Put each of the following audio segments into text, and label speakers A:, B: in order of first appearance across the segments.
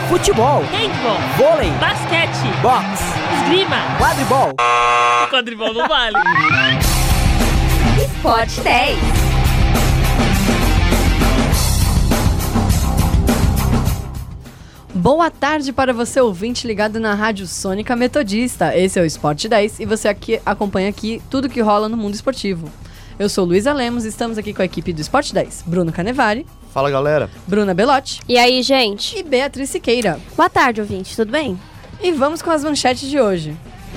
A: futebol,
B: handball,
A: vôlei,
B: basquete,
A: boxe,
B: esgrima,
A: quadribol.
B: Quadribol não vale.
C: Sport 10.
D: Boa tarde para você, ouvinte ligado na Rádio Sônica Metodista. Esse é o Sport 10 e você acompanha aqui tudo que rola no mundo esportivo. Eu sou Luísa Lemos e estamos aqui com a equipe do Sport 10. Bruno Canevari.
E: Fala, galera.
D: Bruna Belotti.
C: E aí, gente?
D: E Beatriz Siqueira.
C: Boa tarde, ouvinte. Tudo bem?
D: E vamos com as manchetes de hoje.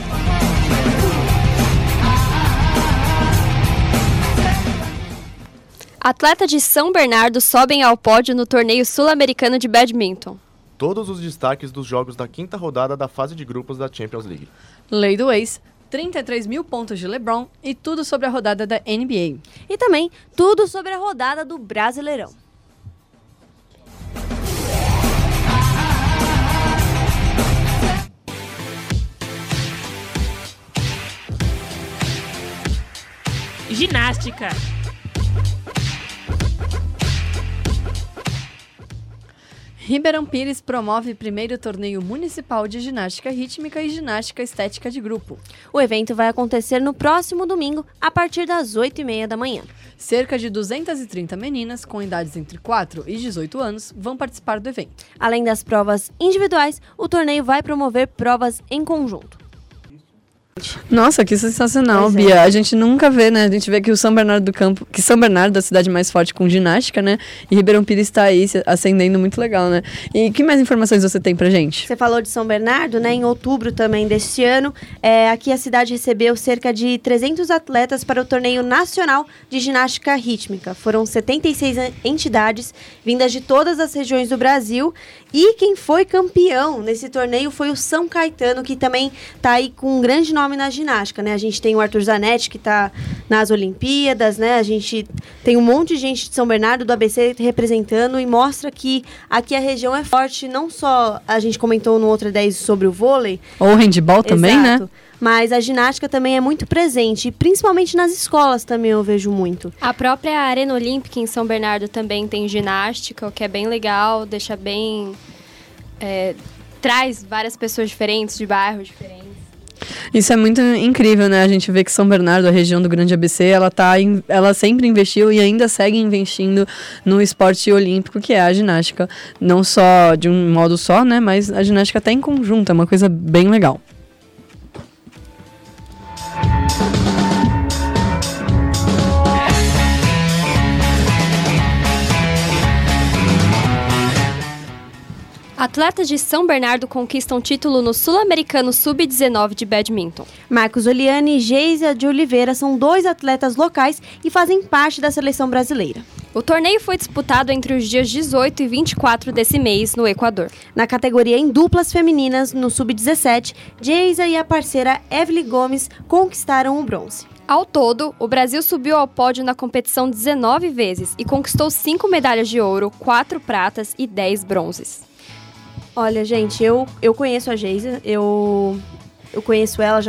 C: Atletas de São Bernardo sobem ao pódio no torneio sul-americano de badminton.
E: Todos os destaques dos jogos da quinta rodada da fase de grupos da Champions League.
D: Lei do ex, 33 mil pontos de LeBron e tudo sobre a rodada da NBA.
C: E também tudo sobre a rodada do Brasileirão.
B: Ginástica.
D: Ribeirão Pires promove primeiro torneio municipal de ginástica rítmica e ginástica estética de grupo.
C: O evento vai acontecer no próximo domingo, a partir das 8h30 da manhã.
D: Cerca de 230 meninas com idades entre 4 e 18 anos vão participar do evento.
C: Além das provas individuais, o torneio vai promover provas em conjunto.
D: Nossa, que sensacional,
C: Pois é.
D: Bia. A gente nunca vê, né? A gente vê que o São Bernardo do Campo, que São Bernardo é a cidade mais forte com ginástica, né? E Ribeirão Pires está aí ascendendo muito legal, né? E que mais informações você tem pra gente?
F: Você falou de São Bernardo, né? Em outubro também deste ano, aqui a cidade recebeu cerca de 300 atletas para o torneio nacional de ginástica rítmica. Foram 76 entidades vindas de todas as regiões do Brasil. E quem foi campeão nesse torneio foi o São Caetano, que também está aí com um grande nome na ginástica, né? A gente tem o Arthur Zanetti, que está nas Olimpíadas, né? A gente tem um monte de gente de São Bernardo, do ABC, representando e mostra que aqui a região é forte. Não só a gente comentou no Outra 10 sobre o vôlei.
D: Ou handball também,
F: Exato.
D: né?
F: Mas a ginástica também é muito presente, principalmente nas escolas também eu vejo muito.
G: A própria Arena Olímpica em São Bernardo também tem ginástica, o que é bem legal, deixa bem... traz várias pessoas diferentes, de bairros diferentes.
D: Isso é muito incrível, né? A gente vê que São Bernardo, a região do Grande ABC, ela sempre investiu e ainda segue investindo no esporte olímpico, que é a ginástica. Não só de um modo só, né? Mas a ginástica até em conjunto, é uma coisa bem legal.
G: Atletas de São Bernardo conquistam título no Sul-Americano Sub-19 de badminton.
F: Marcos Oliani e Geisa de Oliveira são 2 atletas locais e fazem parte da seleção brasileira.
G: O torneio foi disputado entre os dias 18 e 24 desse mês, no Equador.
F: Na categoria em duplas femininas, no Sub-17, Geisa e a parceira Evelyn Gomes conquistaram o bronze.
G: Ao todo, o Brasil subiu ao pódio na competição 19 vezes e conquistou 5 medalhas de ouro, 4 pratas e 10 bronzes.
F: Olha, gente, eu conheço a Geisa, eu conheço ela,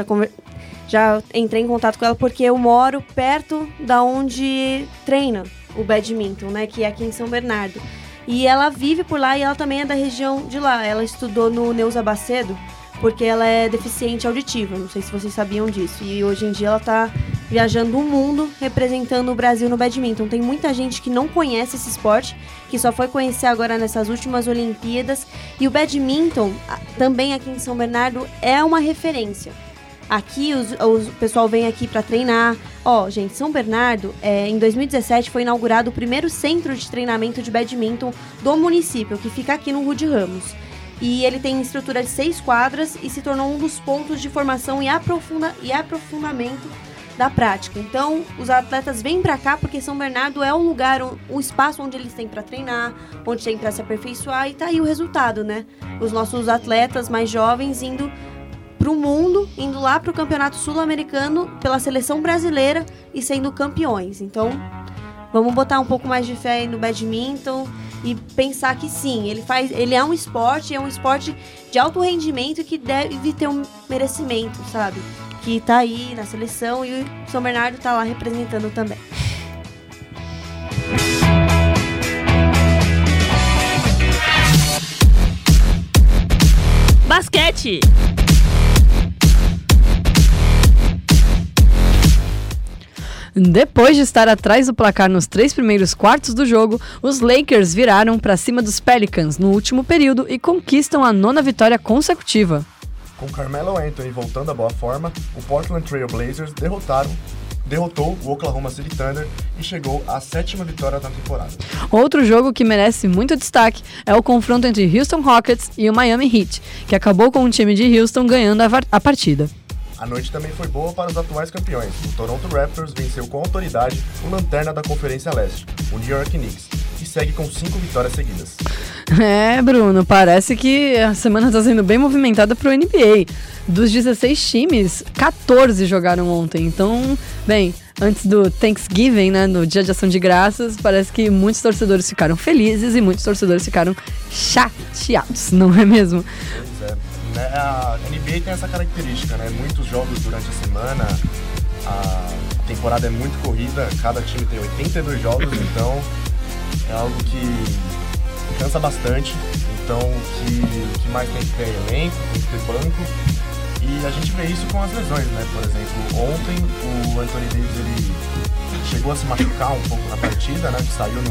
F: já entrei em contato com ela porque eu moro perto da onde treina o badminton, né, que é aqui em São Bernardo. E ela vive por lá e ela também é da região de lá. Ela estudou no Neuza Bacedo porque ela é deficiente auditiva, não sei se vocês sabiam disso. E hoje em dia ela tá viajando o mundo representando o Brasil no badminton. Tem muita gente que não conhece esse esporte, que só foi conhecer agora nessas últimas Olimpíadas. E o badminton, também aqui em São Bernardo, é uma referência. Aqui o pessoal vem aqui para treinar. Gente, São Bernardo, em 2017 foi inaugurado o primeiro centro de treinamento de badminton do município, que fica aqui no Rude Ramos. E ele tem estrutura de 6 quadras e se tornou um dos pontos de formação e aprofundamento da prática. Então, os atletas vêm para cá porque São Bernardo é um lugar, um espaço onde eles têm para treinar, onde têm para se aperfeiçoar, e tá aí o resultado, né? Os nossos atletas mais jovens indo para o mundo, indo lá para o Campeonato Sul-Americano pela seleção brasileira e sendo campeões. Então, vamos botar um pouco mais de fé aí no badminton e pensar que sim, ele é um esporte de alto rendimento que deve ter um merecimento, sabe? Que tá aí na seleção e o São Bernardo tá lá representando também.
B: basquete.
D: Depois de estar atrás do placar nos 3 primeiros quartos do jogo, os Lakers viraram para cima dos Pelicans no último período e conquistam a 9ª vitória consecutiva.
E: Com Carmelo Anthony voltando à boa forma, o Portland Trail Blazers derrotou o Oklahoma City Thunder e chegou à 7ª vitória da temporada.
D: Outro jogo que merece muito destaque é o confronto entre Houston Rockets e o Miami Heat, que acabou com o time de Houston ganhando a partida.
E: A noite também foi boa para os atuais campeões. O Toronto Raptors venceu com autoridade o lanterna da Conferência Leste, o New York Knicks, que segue com 5 vitórias seguidas.
D: Bruno, parece que a semana está sendo bem movimentada para o NBA. Dos 16 times, 14 jogaram ontem. Então, bem, antes do Thanksgiving, né, no Dia de Ação de Graças, parece que muitos torcedores ficaram felizes e muitos torcedores ficaram chateados, não é mesmo?
E: Pois é. A NBA tem essa característica, né? Muitos jogos durante a semana, a temporada é muito corrida, cada time tem 82 jogos, então é algo que cansa bastante. Então o que mais tem que ter elenco, tem que ter banco, e a gente vê isso com as lesões, né? Por exemplo, ontem o Anthony Davis ele chegou a se machucar um pouco na partida, né? Saiu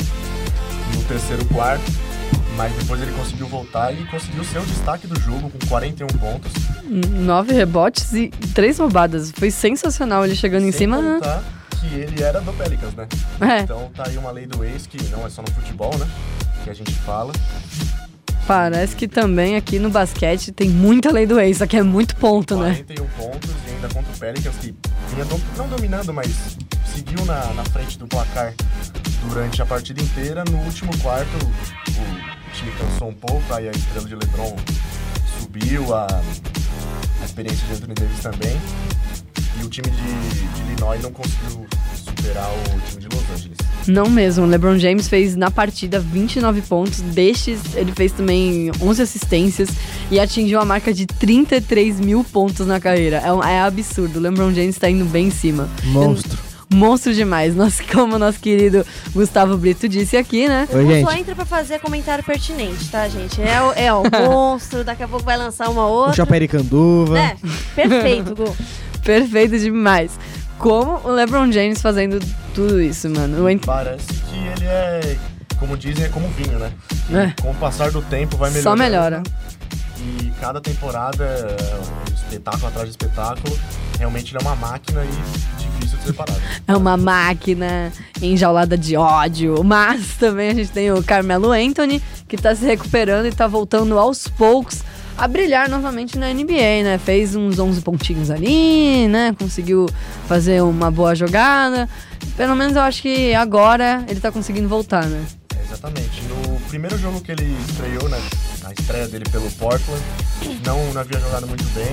E: no terceiro quarto. Mas depois ele conseguiu voltar e conseguiu ser o destaque do jogo com 41 pontos.
D: 9 rebotes e 3 roubadas. Foi sensacional ele chegando em cima.
E: Sem contar que ele era do Pelicans, né?
D: É.
E: Então tá aí uma lei do ex, que não é só no futebol, né? Que a gente fala.
D: Parece que também aqui no basquete tem muita lei do ex, só que é muito ponto,
E: 41 pontos e ainda contra o Pelicans, que vinha não dominando, mas seguiu na frente do placar durante a partida inteira. No último quarto, o time cansou um pouco, aí a estrela de LeBron subiu, a experiência de Anthony Davis também, e o time de Illinois não conseguiu superar o time de Los Angeles.
D: Não mesmo, o LeBron James fez na partida 29 pontos, destes ele fez também 11 assistências e atingiu a marca de 33 mil pontos na carreira. É absurdo, o LeBron James tá indo bem em cima. Monstro demais, como nosso querido Gustavo Brito disse aqui, né?
F: O Gu só entra pra fazer comentário pertinente, tá, gente? É o monstro, daqui a pouco vai lançar uma outra.
A: O Chapericanduva.
F: É, perfeito, Gu.
D: Perfeito demais. Como o LeBron James fazendo tudo isso, mano.
E: Parece que ele é, como dizem, é como vinho, né? Com o passar do tempo vai melhorando.
D: Só melhora.
E: E cada temporada, espetáculo atrás de espetáculo, realmente ele é uma máquina e difícil de separar.
D: É uma máquina enjaulada de ódio. Mas também a gente tem o Carmelo Anthony, que tá se recuperando e tá voltando aos poucos a brilhar novamente na NBA, né? Fez uns 11 pontinhos ali, né? Conseguiu fazer uma boa jogada. Pelo menos eu acho que agora ele tá conseguindo voltar, né?
E: Exatamente. No primeiro jogo que ele estreou, né? A estreia dele pelo Portland, não havia jogado muito bem.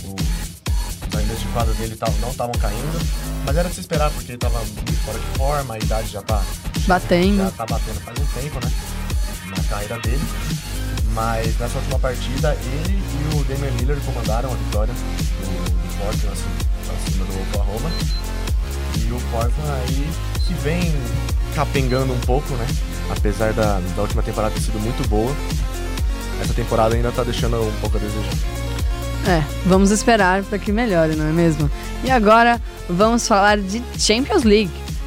E: Os aindas de quadra dele não estavam caindo, mas era de se esperar porque ele estava muito fora de forma, a idade já tá
D: batendo
E: faz um tempo, né? Na carreira dele. Mas nessa última partida, ele e o Damian Lillard comandaram a vitória do Portland acima do Oklahoma. E o Portland aí que vem capengando um pouco, né? Apesar da última temporada ter sido muito boa, essa temporada ainda tá deixando um pouco a desejar.
D: Vamos esperar para que melhore, não é mesmo? E agora vamos falar de Champions League.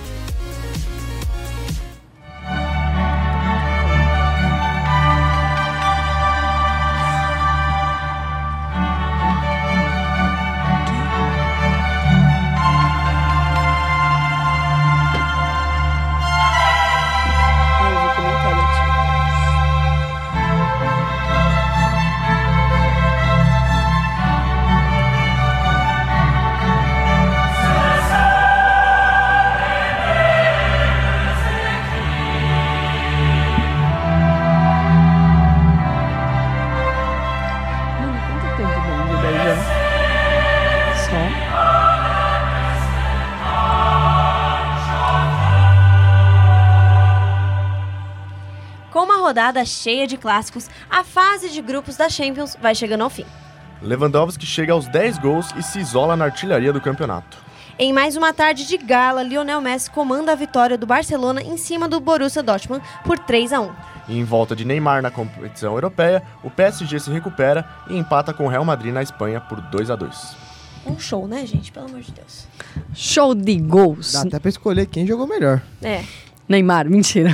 F: Rodada cheia de clássicos, a fase de grupos da Champions vai chegando ao fim.
E: Lewandowski chega aos 10 gols e se isola na artilharia do campeonato.
F: Em mais uma tarde de gala, Lionel Messi comanda a vitória do Barcelona em cima do Borussia Dortmund por 3-1.
E: E em volta de Neymar na competição europeia, o PSG se recupera e empata com o Real Madrid na Espanha por 2-2.
F: Um show, né, gente? Pelo amor de Deus.
D: Show de gols.
A: Dá até pra escolher quem jogou melhor.
D: Neymar, mentira.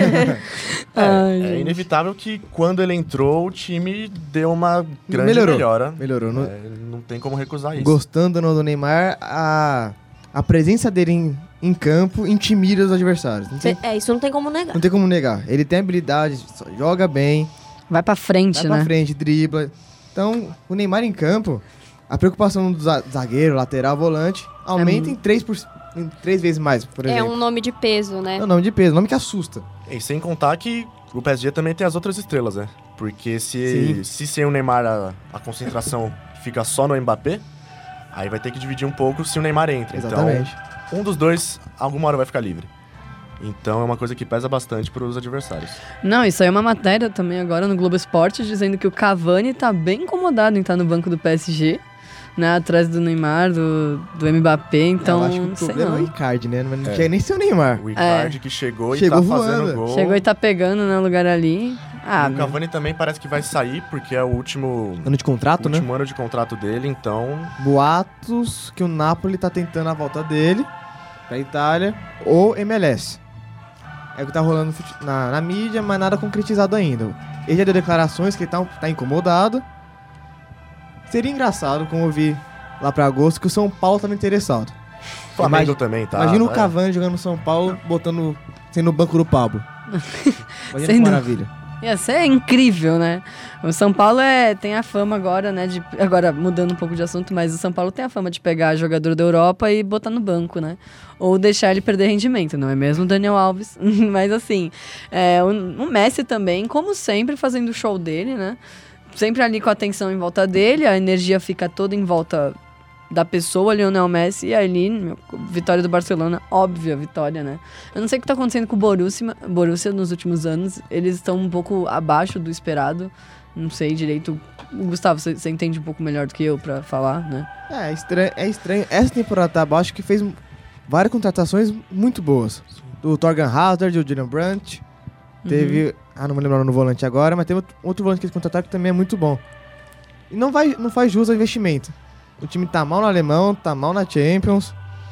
E: É inevitável que quando ele entrou, o time deu uma grande melhora.
A: Melhorou.
E: Não tem como recusar isso.
A: Gostando do Neymar, a presença dele em campo intimida os adversários.
F: Isso não tem como negar.
A: Não tem como negar. Ele tem habilidade, joga bem,
D: Vai pra frente,
A: vai
D: né?
A: pra frente, dribla. Então, o Neymar em campo, a preocupação do zagueiro, lateral, volante, aumenta em 3 vezes mais, por
G: É
A: exemplo.
G: um nome de peso, né?
A: É um nome de peso, nome que assusta.
E: E sem contar que o PSG também tem as outras estrelas, né? Porque se sem o Neymar a concentração fica só no Mbappé, aí vai ter que dividir um pouco se o Neymar entra.
A: Exatamente.
E: Então, um dos dois, alguma hora vai ficar livre. Então é uma coisa que pesa bastante para os adversários.
D: Não, isso aí é uma matéria também agora no Globo Esporte, dizendo que o Cavani tá bem incomodado em estar no banco do PSG, né? Atrás do Neymar, do Mbappé, então...
A: Eu acho que o
D: sei
A: problema é o
D: não.
A: Icardi, né? Mas não tinha nem ser o Neymar.
E: O Icardi que chegou
A: Chegou
E: e tá
A: voando.
E: fazendo gol.
D: Chegou e tá pegando, né, o lugar ali.
E: E o Cavani também parece que vai sair, porque é o último
A: Ano de contrato, né?
E: ano de contrato dele, então...
A: Boatos que o Napoli tá tentando a volta dele pra Itália ou MLS. É o que tá rolando na mídia, mas nada concretizado ainda. Ele já deu declarações que ele tá incomodado. Seria engraçado, como eu vi lá pra agosto, que o São Paulo tava interessado.
E: Flamengo também tá.
A: Imagina o Cavani jogando no São Paulo, sendo o banco do Pablo. Imagina que
D: Sendo-
A: maravilha.
D: Ia ser incrível, né? O São Paulo tem a fama agora, né? Agora, mudando um pouco de assunto, mas o São Paulo tem a fama de pegar jogador da Europa e botar no banco, né? Ou deixar ele perder rendimento, não é mesmo, Daniel Alves? Mas assim, o Messi também, como sempre, fazendo o show dele, né? Sempre ali com a atenção em volta dele, a energia fica toda em volta da pessoa, Lionel Messi, e ali, vitória do Barcelona, óbvia vitória, né? Eu não sei o que tá acontecendo com o Borussia nos últimos anos, eles estão um pouco abaixo do esperado, não sei direito. Gustavo, você entende um pouco melhor do que eu pra falar, né?
A: É estranho. Essa temporada tá abaixo que fez várias contratações muito boas. Do Torgan Hazard, o Julian Brandt. Teve... não vou lembrar no volante agora, mas teve outro volante que eles contrataram que também é muito bom. E não faz jus ao investimento. O time tá mal no alemão, tá mal na Champions.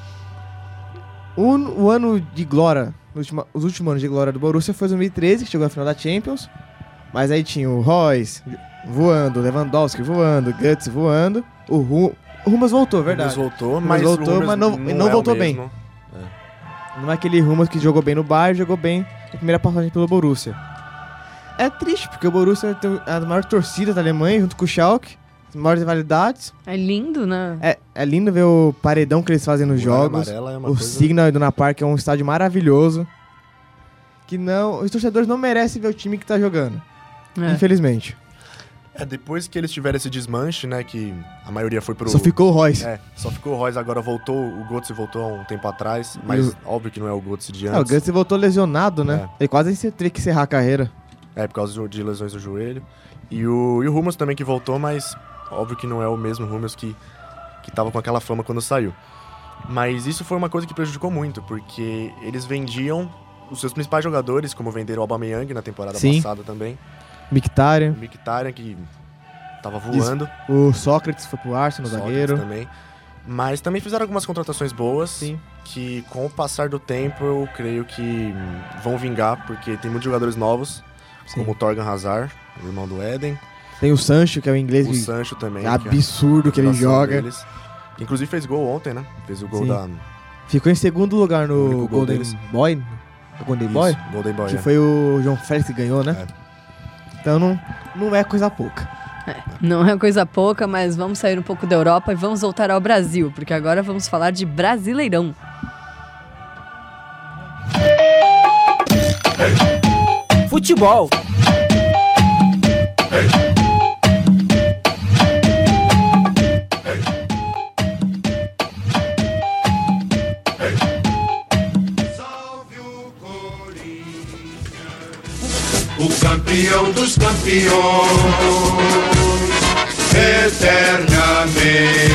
A: O ano de glória, os últimos anos de glória do Borussia foi 2013, que chegou à final da Champions. Mas aí tinha o Royce voando, Lewandowski voando, Götze voando. O Hummels voltou, verdade.
E: Mas
A: não voltou bem. Não é aquele Hummels que jogou bem no Bayern, jogou bem na primeira passagem pelo Borussia. É triste, porque o Borussia tem a maior torcida da Alemanha, junto com o Schalke, as maiores rivalidades. É
D: lindo, né?
A: É lindo ver o paredão que eles fazem nos jogos. O Signal Iduna Park é um estádio maravilhoso. Que os torcedores não merecem ver o time que tá jogando. Infelizmente.
E: Depois que eles tiveram esse desmanche, né, que a maioria foi pro...
A: Só ficou o Royce.
E: Só ficou o Royce, agora voltou, o Götze voltou há um tempo atrás, mas óbvio que não é o Götze de antes.
A: O Götze voltou lesionado, né? Ele quase teria que encerrar a carreira.
E: Por causa de lesões do joelho. E o Hummels também que voltou, mas óbvio que não é o mesmo Hummels que tava com aquela fama quando saiu. Mas isso foi uma coisa que prejudicou muito, porque eles vendiam os seus principais jogadores, como venderam o Aubameyang na temporada passada também.
A: Mkhitaryan,
E: que tava voando.
A: O Sócrates foi pro Arsenal, zagueiro.
E: Também. Mas também fizeram algumas contratações boas, que com o passar do tempo eu creio que vão vingar, porque tem muitos jogadores novos, como o Torgan Hazard, o irmão do Eden.
A: Tem o Sancho, que é o inglês.
E: O Sancho também.
A: É absurdo que ele joga.
E: Que inclusive fez gol ontem, né? Fez o gol da...
A: Ficou em segundo lugar no Golden Boy. Golden Boy?
E: Golden Boy,
A: que foi o João Félix que ganhou, né? Então não é coisa pouca.
D: Não é coisa pouca, mas vamos sair um pouco da Europa e vamos voltar ao Brasil, porque agora vamos falar de Brasileirão.
B: Futebol.
H: O campeão dos campeões, eternamente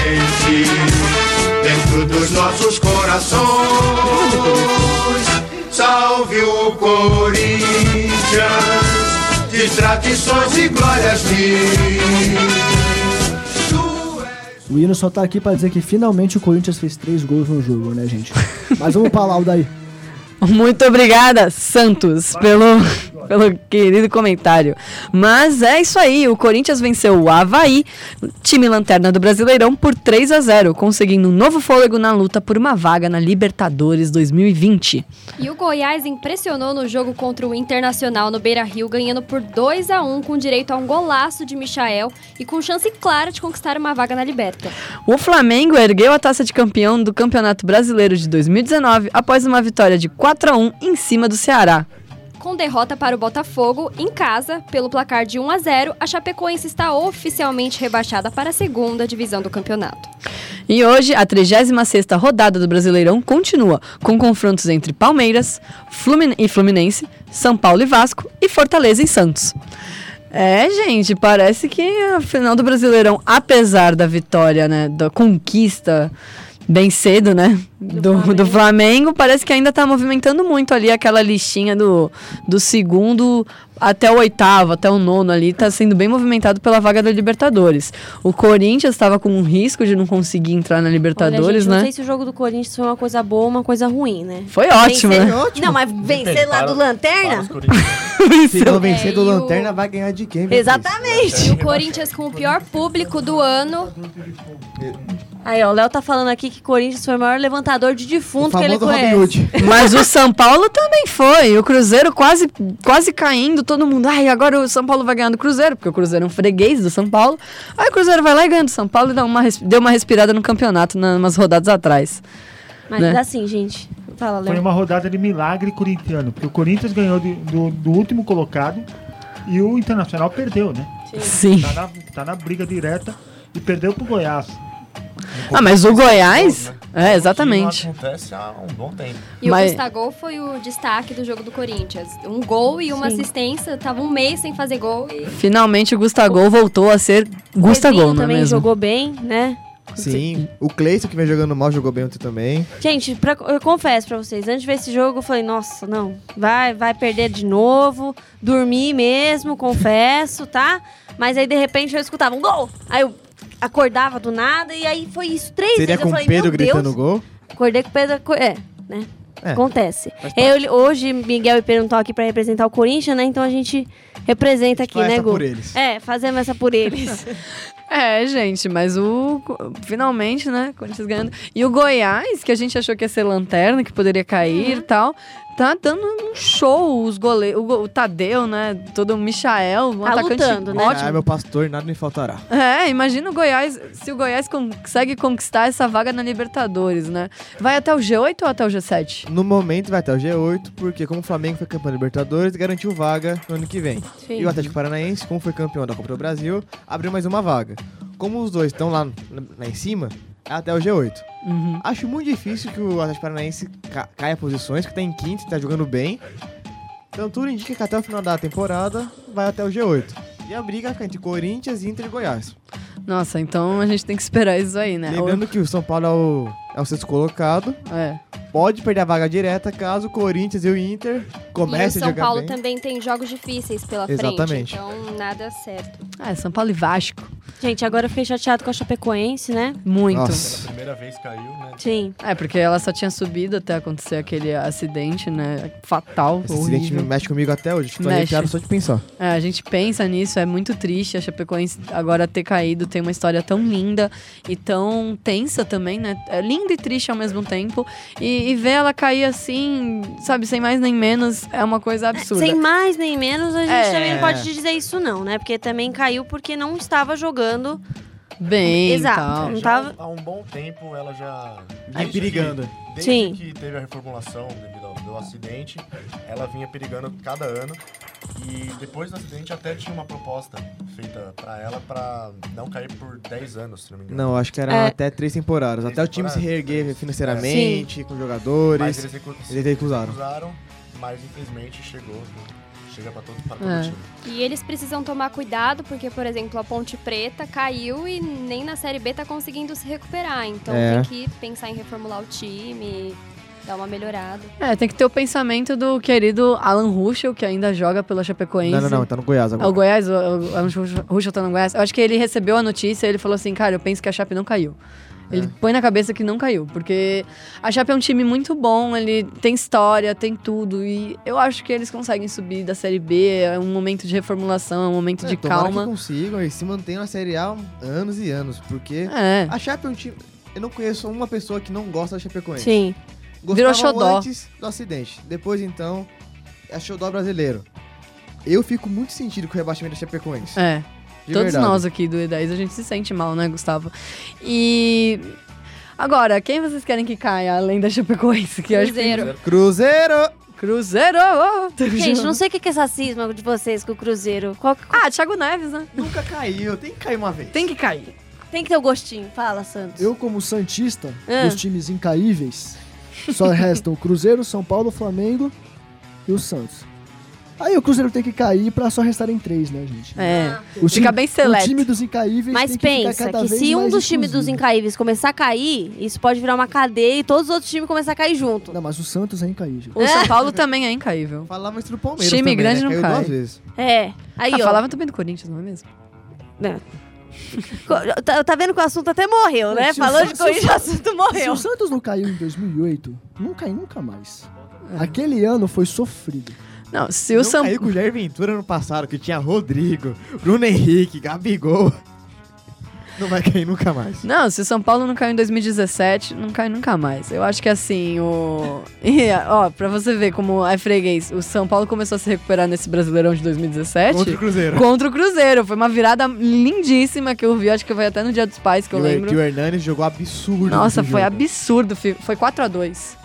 H: dentro dos nossos corações. Salve o Corinthians, distrações e glórias mil.
I: O hino só tá aqui pra dizer que finalmente o Corinthians fez 3 gols no jogo, né, gente? Mas vamos pra Lauda aí.
D: Muito obrigada, Santos, pelo querido comentário. Mas é isso aí, o Corinthians venceu o Avaí, time lanterna do Brasileirão, por 3-0, conseguindo um novo fôlego na luta por uma vaga na Libertadores 2020.
G: E o Goiás impressionou no jogo contra o Internacional no Beira-Rio, ganhando por 2-1, com direito a um golaço de Michael e com chance clara de conquistar uma vaga na Liberta.
D: O Flamengo ergueu a taça de campeão do Campeonato Brasileiro de 2019 após uma vitória de 4-1 em cima do Ceará.
G: Com derrota para o Botafogo, em casa, pelo placar de 1-0, a Chapecoense está oficialmente rebaixada para a segunda divisão do campeonato.
D: E hoje, a 36ª rodada do Brasileirão continua, com confrontos entre Palmeiras e Fluminense, São Paulo e Vasco e Fortaleza e Santos. Gente, parece que a final do Brasileirão, apesar da vitória, né, da conquista bem cedo, né, do Flamengo, parece que ainda tá movimentando muito ali aquela listinha do segundo até o 8º, até o 9º ali, tá sendo bem movimentado pela vaga da Libertadores. O Corinthians estava com um risco de não conseguir entrar na Libertadores,
F: olha, gente,
D: né?
F: Não sei se o jogo do Corinthians foi uma coisa boa ou uma coisa ruim, né?
D: Foi ótimo,
F: vencer,
D: né?
F: Não, mas vencer lá do Lanterna?
A: Se não vencer do Lanterna, vai ganhar de quem?
F: Exatamente.
G: E o Corinthians com o pior público do ano.
F: Aí, ó, o Léo tá falando aqui que o Corinthians foi o maior levantador de defunto que ele conhece.
D: Mas o São Paulo também foi. O Cruzeiro quase caindo, todo mundo. Ai, agora o São Paulo vai ganhar do Cruzeiro, porque o Cruzeiro é um freguês do São Paulo. Aí o Cruzeiro vai lá e ganha do São Paulo e deu uma respirada no campeonato, umas rodadas atrás.
F: Mas
D: né?
F: assim, gente. Fala, Léo.
J: Foi uma rodada de milagre corintiano, porque o Corinthians ganhou do último colocado e o Internacional perdeu, né?
D: Sim.
J: Tá na briga direta e perdeu pro Goiás.
D: Mas o Goiás... exatamente.
E: Não acontece há um bom tempo.
G: E o Gustavo foi o destaque do jogo do Corinthians. Um gol e uma assistência. Tava um mês sem fazer gol. E...
D: Finalmente o Gustavo voltou a ser Gustavo, não é
F: também
D: mesmo?
F: Jogou bem, né?
A: Sim, o Cleison, que vem jogando mal, jogou bem ontem também.
F: Gente, eu confesso pra vocês, antes de ver esse jogo, eu falei, nossa, não, vai perder de novo, dormi mesmo, confesso, tá? Mas aí, de repente, eu escutava um gol, aí eu acordava do nada, e aí foi isso 3
A: Seria
F: vezes.
A: com o Pedro gritando gol?
F: Acordei com o Pedro, né? Acontece. Hoje, Miguel e Pedro não estão aqui pra representar o Corinthians, né? Então a gente representa aqui, né, Gu?
A: Por eles.
F: Fazemos essa por eles.
D: Gente, mas finalmente, né, Corinthians ganhando. E o Goiás, que a gente achou que ia ser lanterna, que poderia cair e tal, tá dando um show, os goleiros, o Tadeu, né, todo o Michael, um atacante
F: lutando, né?
D: ótimo.
A: Meu pastor, nada me faltará.
D: Imagina o Goiás, se o Goiás consegue conquistar essa vaga na Libertadores, né? Vai até o G8 ou até o G7?
A: No momento vai até o G8, porque como o Flamengo foi campeão da Libertadores, garantiu vaga no ano que vem.
F: Sim.
A: E o Atlético Paranaense, como foi campeão da Copa do Brasil, abriu mais uma vaga. Como os dois estão lá em cima, é até o G8.
D: Uhum.
A: Acho muito difícil que o Atlético Paranaense caia posições, que tá em quinto e tá jogando bem. Então tudo indica que até o final da temporada vai até o G8. E a briga fica entre Corinthians e Inter e Goiás.
D: Nossa, então a gente tem que esperar isso aí, né?
A: Lembrando que o São Paulo é o sexto colocado. Pode perder a vaga direta caso o Corinthians e o Inter comecem a jogar bem.
G: E o São Paulo também tem jogos difíceis pela
A: Exatamente.
G: frente, então nada certo.
D: São Paulo e Vasco.
F: Gente, agora eu fiquei chateado com a Chapecoense, né?
D: Muito.
A: Nossa.
E: Pela primeira vez caiu, né?
F: Sim.
D: Porque ela só tinha subido até acontecer aquele acidente, né? Fatal,
A: Esse
D: horrível.
A: acidente mexe comigo até hoje. Tô arrepiado só de pensar.
D: A gente pensa nisso, é muito triste a Chapecoense agora ter caído, tem uma história tão linda e tão tensa também, né? É linda e triste ao mesmo tempo. E ver ela cair assim, sabe, sem mais nem menos, é uma coisa absurda.
F: Sem mais nem menos, a gente também não pode dizer isso não, né? Porque também caiu porque não estava jogando
D: bem.
F: Exato.
D: Tal.
F: Não tava...
E: Há um bom tempo ela já...
A: Vinha perigando.
E: Desde que teve a reformulação devido ao acidente, ela vinha perigando cada ano. E depois do acidente até tinha uma proposta feita pra ela pra não cair por 10 anos, se não me engano.
A: Não, acho que era até 3 temporadas. Até o time se reerguer financeiramente, com jogadores.
E: Mas eles
A: recusaram.
E: Mas infelizmente chega pra todo time.
G: E eles precisam tomar cuidado, porque, por exemplo, a Ponte Preta caiu e nem na Série B tá conseguindo se recuperar. Então tem que pensar em reformular o time. Dar uma melhorada.
D: Tem que ter o pensamento do querido Alan Ruschel, que ainda joga pela Chapecoense.
A: Não, tá no Goiás agora.
D: O Goiás, o Alan Ruschel tá no Goiás. Eu acho que ele recebeu a notícia e ele falou assim, cara, eu penso que a Chape não caiu. Ele põe na cabeça que não caiu, porque a Chape é um time muito bom, ele tem história, tem tudo, e eu acho que eles conseguem subir da Série B, é um momento de reformulação, é um momento de calma.
A: Que consigam e se mantenham na Série A anos e anos, porque a Chape é um time... Eu não conheço uma pessoa que não gosta da Chapecoense.
F: Sim.
D: Virou xodó.
A: Antes do acidente, depois então, é xodó brasileiro. Eu fico muito sentido com o rebaixamento da Chapecoense.
D: Todos nós aqui do E10, a gente se sente mal, né, Gustavo? E... Agora, quem vocês querem que caia, além da Chapecoense?
A: Cruzeiro!
F: Gente, não sei o que é essa cisma de vocês com o Cruzeiro.
D: Thiago Neves, né?
A: Nunca caiu, tem que cair uma vez.
D: Tem que cair.
F: Tem que ter o gostinho. Fala, Santos.
I: Eu, como santista dos times incaíveis, só restam o Cruzeiro, São Paulo, Flamengo e o Santos. Aí o Cruzeiro tem que cair pra só restarem 3, né, gente?
D: Fica bem seleto.
I: O time dos incaíveis
F: Mas
I: tem que ficar
F: pensa
I: cada
F: que
I: vez
F: se um
I: mais
F: dos times dos
I: exclusivo.
F: incaíveis começar a cair, isso pode virar uma cadeia e todos os outros times começar a cair junto.
I: Não, mas o Santos é incaível.
D: O São Paulo também é incaível.
A: Falava isso do Palmeiras
D: Time
A: também,
D: grande não
A: caiu
D: cai.
A: 2 vezes.
F: Aí, ó.
D: Falava também do Corinthians, não é mesmo?
F: Tá vendo que o assunto até morreu, né? Falou de Corinthians, o assunto
I: Se
F: morreu.
I: o Santos não caiu em 2008, não cai nunca mais. Aquele ano foi sofrido.
D: Não, se o São
A: Caiu com o Jair Ventura no passado, que tinha Rodrigo, Bruno Henrique, Gabigol. Não vai cair nunca mais.
D: Não, se o São Paulo não caiu em 2017, não cai nunca mais. Eu acho que assim, pra você ver como é freguês, o São Paulo começou a se recuperar nesse Brasileirão de 2017.
A: Contra o Cruzeiro.
D: Contra o Cruzeiro. Foi uma virada lindíssima que eu vi, acho que foi até no Dia dos Pais, que eu lembro.
A: E o Hernanes jogou absurdo.
D: Nossa, foi absurdo. Foi 4-2.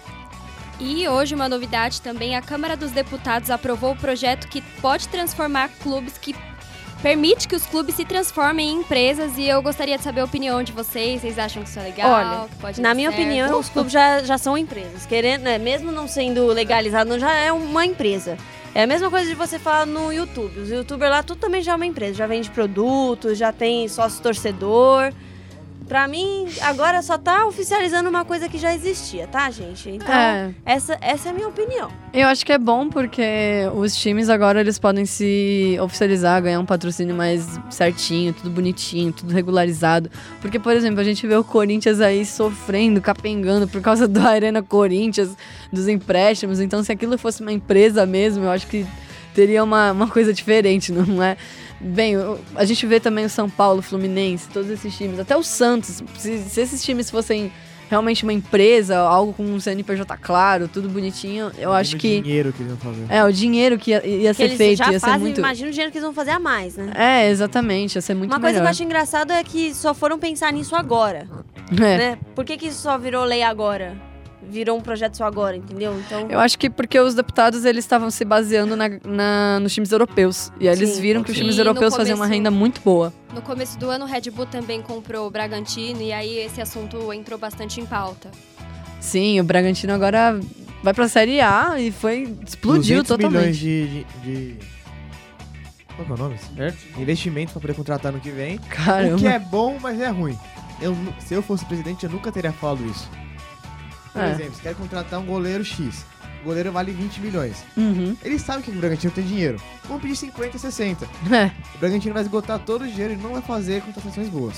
G: E hoje uma novidade também, a Câmara dos Deputados aprovou o projeto que pode transformar clubes, que permite que os clubes se transformem em empresas, e eu gostaria de saber a opinião de vocês. Vocês acham que isso é legal?
F: Olha,
G: que pode
F: na
G: dar
F: minha
G: certo?
F: opinião, os clubes já são empresas. Querendo, né, mesmo não sendo legalizado, já é uma empresa. É a mesma coisa de você falar no YouTube. Os youtubers lá, tudo também já é uma empresa. Já vende produtos, já tem sócio-torcedor. Pra mim, agora só tá oficializando uma coisa que já existia, tá, gente? Então, essa é a minha opinião.
D: Eu acho que é bom porque os times agora eles podem se oficializar, ganhar um patrocínio mais certinho, tudo bonitinho, tudo regularizado. Porque, por exemplo, a gente vê o Corinthians aí sofrendo, capengando por causa do Arena Corinthians, dos empréstimos. Então, se aquilo fosse uma empresa mesmo, eu acho que teria uma coisa diferente, não é? Bem, a gente vê também o São Paulo, o Fluminense, todos esses times, até o Santos. Se esses times fossem realmente uma empresa, algo com um CNPJ claro, tudo bonitinho, eu acho que...
A: O dinheiro que eles vão fazer.
D: O dinheiro que ia ser
F: eles
D: feito,
F: já
D: ia
F: fazem,
D: ser muito...
F: imagina o dinheiro que eles vão fazer a mais, né?
D: Exatamente, ia ser muito melhor.
F: Uma coisa que eu acho engraçado é que só foram pensar nisso agora, né? Por que isso só virou lei agora? Virou um projeto só agora, entendeu? Então...
D: Eu acho que porque os deputados, eles estavam se baseando nos times europeus. E aí eles viram que os times europeus faziam uma renda muito boa.
G: No começo do ano, o Red Bull também comprou o Bragantino, e aí esse assunto entrou bastante em pauta.
D: Sim, o Bragantino agora vai pra Série A e explodiu
A: 200
D: totalmente.
A: milhões de... Qual que é o nome? Certo? Investimento pra poder contratar no que vem.
D: Caramba.
A: O que é bom, mas é ruim. Se eu fosse presidente, eu nunca teria falado isso. Por exemplo, você quer contratar um goleiro X. O goleiro vale 20 milhões. Eles sabem que o Bragantino tem dinheiro. Vão pedir 50, 60. O Bragantino vai esgotar todo o dinheiro e não vai fazer contratações boas.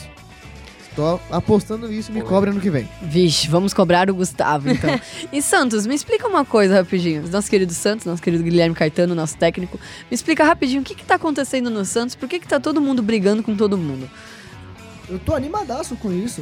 A: Estou apostando nisso, me cobra no que vem.
D: Vixe, vamos cobrar o Gustavo, então. E Santos, me explica uma coisa rapidinho. Nosso querido Santos, nosso querido Guilherme Caetano, nosso técnico. Me explica rapidinho o que tá acontecendo no Santos, por que tá todo mundo brigando com todo mundo?
I: Eu tô animadaço com isso.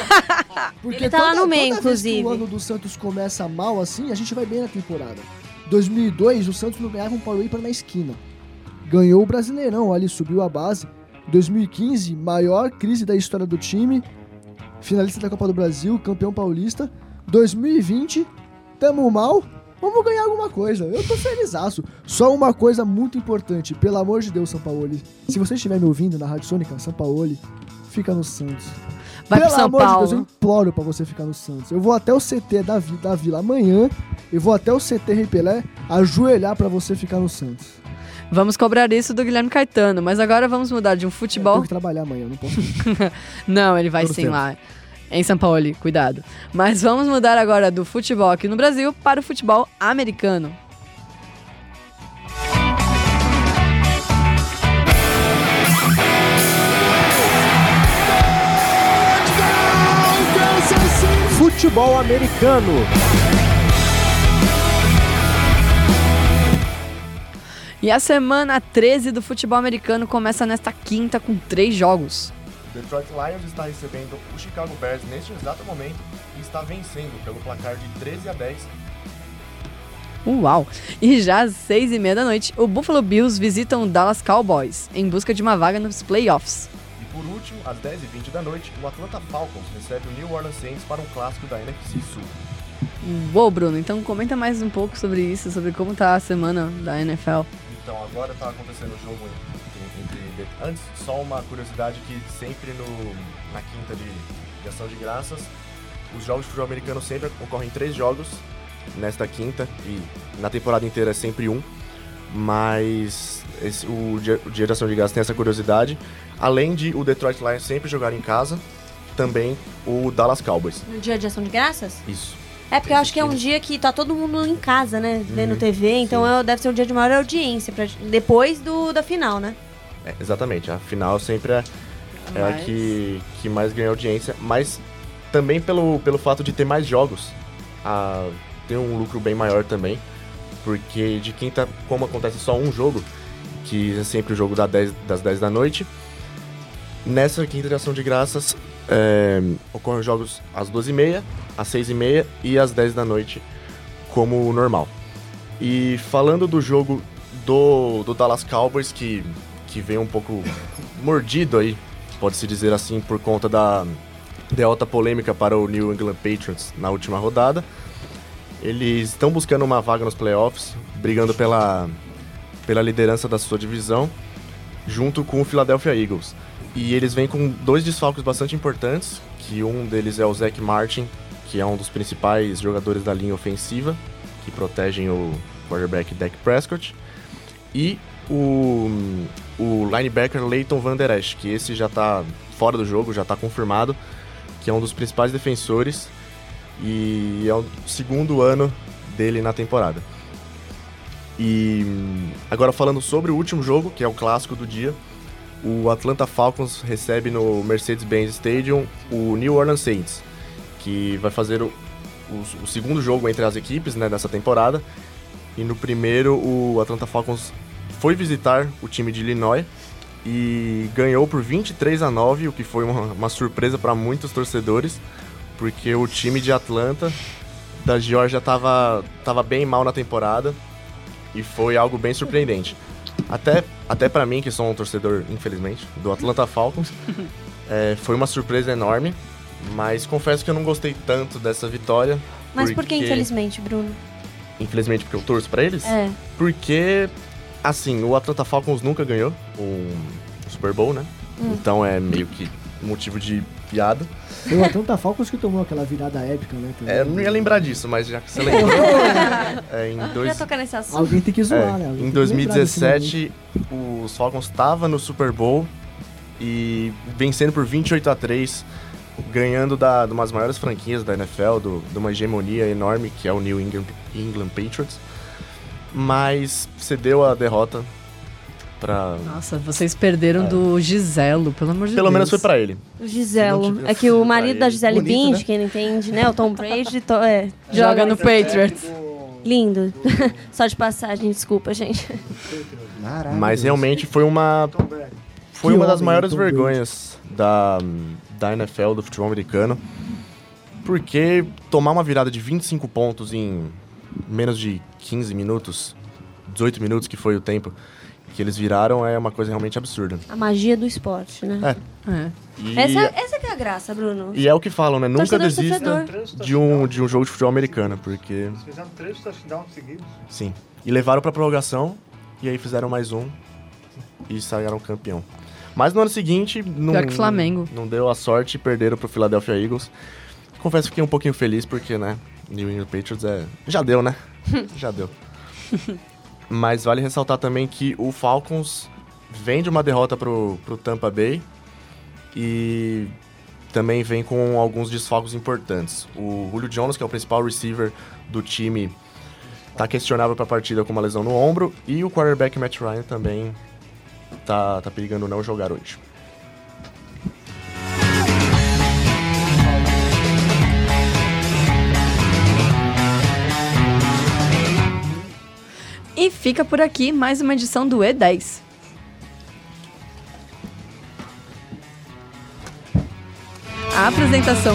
I: Porque
F: ele tá lá no meio, inclusive.
I: Vez que o ano do Santos começa mal assim, a gente vai bem na temporada. 2002, o Santos não ganhava um Power Ímpar na esquina. Ganhou o Brasileirão, ali subiu a base. 2015, maior crise da história do time. Finalista da Copa do Brasil, campeão paulista. 2020, tamo mal. Vamos ganhar alguma coisa. Eu tô felizaço. Só uma coisa muito importante. Pelo amor de Deus, Sampaoli. Se você estiver me ouvindo na Rádio Sônica, Sampaoli, fica no Santos.
D: Vai pro São
I: Pelo amor
D: Paulo.
I: de Deus, eu imploro pra você ficar no Santos. Eu vou até o CT da Vila amanhã. Eu vou até o CT Rei Pelé ajoelhar pra você ficar no Santos.
D: Vamos cobrar isso do Guilherme Caetano, mas agora vamos mudar de um
I: Eu
D: futebol...
I: tenho que trabalhar amanhã, eu não posso.
D: Não, ele vai
A: Todos
D: sim
A: temos.
D: lá. Em São Paulo, cuidado. Mas vamos mudar agora do futebol aqui no Brasil para o futebol americano.
B: Futebol americano.
D: E a semana 13 do futebol americano começa nesta quinta com 3 jogos.
E: O Detroit Lions está recebendo o Chicago Bears neste exato momento e está vencendo pelo placar de 13-10.
D: Uau! E já às 6h30 da noite, o Buffalo Bills visitam o Dallas Cowboys em busca de uma vaga nos playoffs.
E: E por último, às 10h20 da noite, o Atlanta Falcons recebe o New Orleans Saints para um clássico da NFC Sul.
D: Boa, Bruno, então comenta mais um pouco sobre isso, sobre como tá a semana da NFL.
E: Então, agora está acontecendo o jogo antes, só uma curiosidade que sempre na quinta de ação de graças, os jogos de futebol americano sempre ocorrem 3 jogos nesta quinta, e na temporada inteira é sempre 1, mas o dia de ação de graças tem essa curiosidade, além de o Detroit Lions sempre jogar em casa, também o Dallas Cowboys.
F: No dia de ação de graças?
E: Isso.
F: É porque eu acho que é um dia que tá todo mundo em casa, né? Vendo TV, então deve ser um dia de maior audiência, depois da final, né?
E: Exatamente, a final sempre é a que mais ganha audiência, mas também pelo fato de ter mais jogos, tem um lucro bem maior também, porque de quinta, como acontece só um jogo, que é sempre o jogo das 10 da noite, nessa quinta de ação de graças ocorrem jogos às 12h30, às 6h30 e às 10 da noite, como normal. E falando do jogo do Dallas Cowboys, que veio um pouco mordido aí, pode-se dizer assim, por conta da derrota polêmica para o New England Patriots na última rodada. Eles estão buscando uma vaga nos playoffs, brigando pela liderança da sua divisão, junto com o Philadelphia Eagles. E eles vêm com 2 desfalques bastante importantes, que um deles é o Zach Martin, que é um dos principais jogadores da linha ofensiva, que protegem o quarterback Dak Prescott, e o linebacker Leighton Vander Esch, que esse já está fora do jogo, já está confirmado, que é um dos principais defensores, e é o segundo ano dele na temporada. E agora falando sobre o último jogo, que é o clássico do dia, o Atlanta Falcons recebe no Mercedes-Benz Stadium o New Orleans Saints, que vai fazer o segundo jogo entre as equipes, né, dessa temporada. E no primeiro, o Atlanta Falcons foi visitar o time de Illinois e ganhou por 23-9, o que foi uma surpresa para muitos torcedores, porque o time de Atlanta, da Geórgia, estava bem mal na temporada e foi algo bem surpreendente. Até para mim, que sou um torcedor, infelizmente, do Atlanta Falcons, foi uma surpresa enorme, mas confesso que eu não gostei tanto dessa vitória.
F: Mas por que infelizmente, Bruno?
E: Infelizmente porque eu torço pra eles? Porque, assim, o Atlanta Falcons nunca ganhou o Super Bowl, né? Então é meio que motivo de piada.
I: Foi o Atlanta Falcons que tomou aquela virada épica, né?
E: Eu não ia lembrar disso, mas já que você lembrou.
F: Já tocar nesse assunto.
I: Alguém tem que zoar, né?
E: Em 2017, os Falcons estavam no Super Bowl e vencendo por 28-3, ganhando de umas maiores franquias da NFL, de uma hegemonia enorme, que é o New England Patriots. Mas cedeu a derrota pra...
D: Nossa, vocês perderam do Giselo, pelo amor de Deus.
E: Pelo menos foi pra ele.
F: O Giselo. É que o marido da Gisele Bündchen, né? Quem não entende, né? O Tom Brady
D: joga no Patriots.
F: Lindo. Só de passagem, desculpa, gente.
E: Mas realmente foi uma das maiores vergonhas da NFL, do futebol americano. Porque tomar uma virada de 25 pontos em menos de 15 minutos, 18 minutos que foi o tempo que eles viraram, é uma coisa realmente absurda.
F: A magia do esporte, né? Essa que é a graça, Bruno.
E: E é o que falam, né? Nunca desista de um jogo de futebol americano, porque...
J: Eles fizeram 3 touchdowns seguidos.
E: Sim. E levaram pra prorrogação, e aí fizeram mais um, e saíram campeão. Mas no ano seguinte,
D: não
E: deu a sorte e perderam pro Philadelphia Eagles. Confesso que fiquei um pouquinho feliz, porque, né, New England Patriots já deu, né? Já deu. Mas vale ressaltar também que o Falcons vem de uma derrota pro Tampa Bay e também vem com alguns desfalques importantes. O Julio Jones, que é o principal receiver do time, tá questionável para a partida com uma lesão no ombro, e o quarterback Matt Ryan também tá perigando não jogar hoje.
D: E fica por aqui mais uma edição do E10. A apresentação...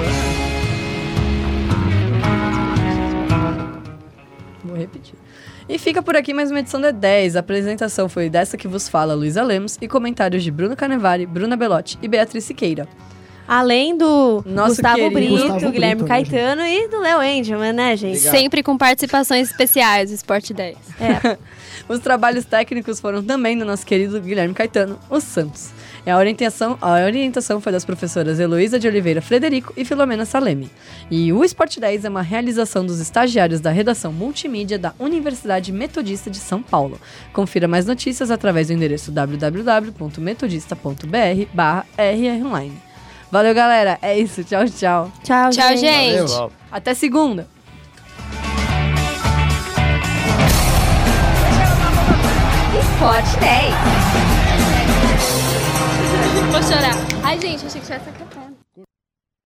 D: Vou repetir. E fica por aqui mais uma edição do E10. A apresentação foi dessa que vos fala, Luísa Lemos, e comentários de Bruno Carnevale, Bruna Belotti e Beatriz Siqueira.
F: Além do Gustavo Brito,
I: Gustavo
F: Guilherme
I: Brito,
F: Caetano e do Léo Engelman, né, gente?
G: Sempre com participações especiais do Sport 10.
D: Os trabalhos técnicos foram também do nosso querido Guilherme Caetano, o Santos. E a orientação foi das professoras Heloísa de Oliveira Frederico e Filomena Salemi. E o Sport 10 é uma realização dos estagiários da redação multimídia da Universidade Metodista de São Paulo. Confira mais notícias através do endereço www.metodista.br/rronline. Valeu, galera. É isso. Tchau, tchau.
F: Tchau,
G: Tchau, gente.
A: Valeu.
D: Até segunda.
G: Sport 10. Vou chorar. Ai, gente, achei que tivesse acabado.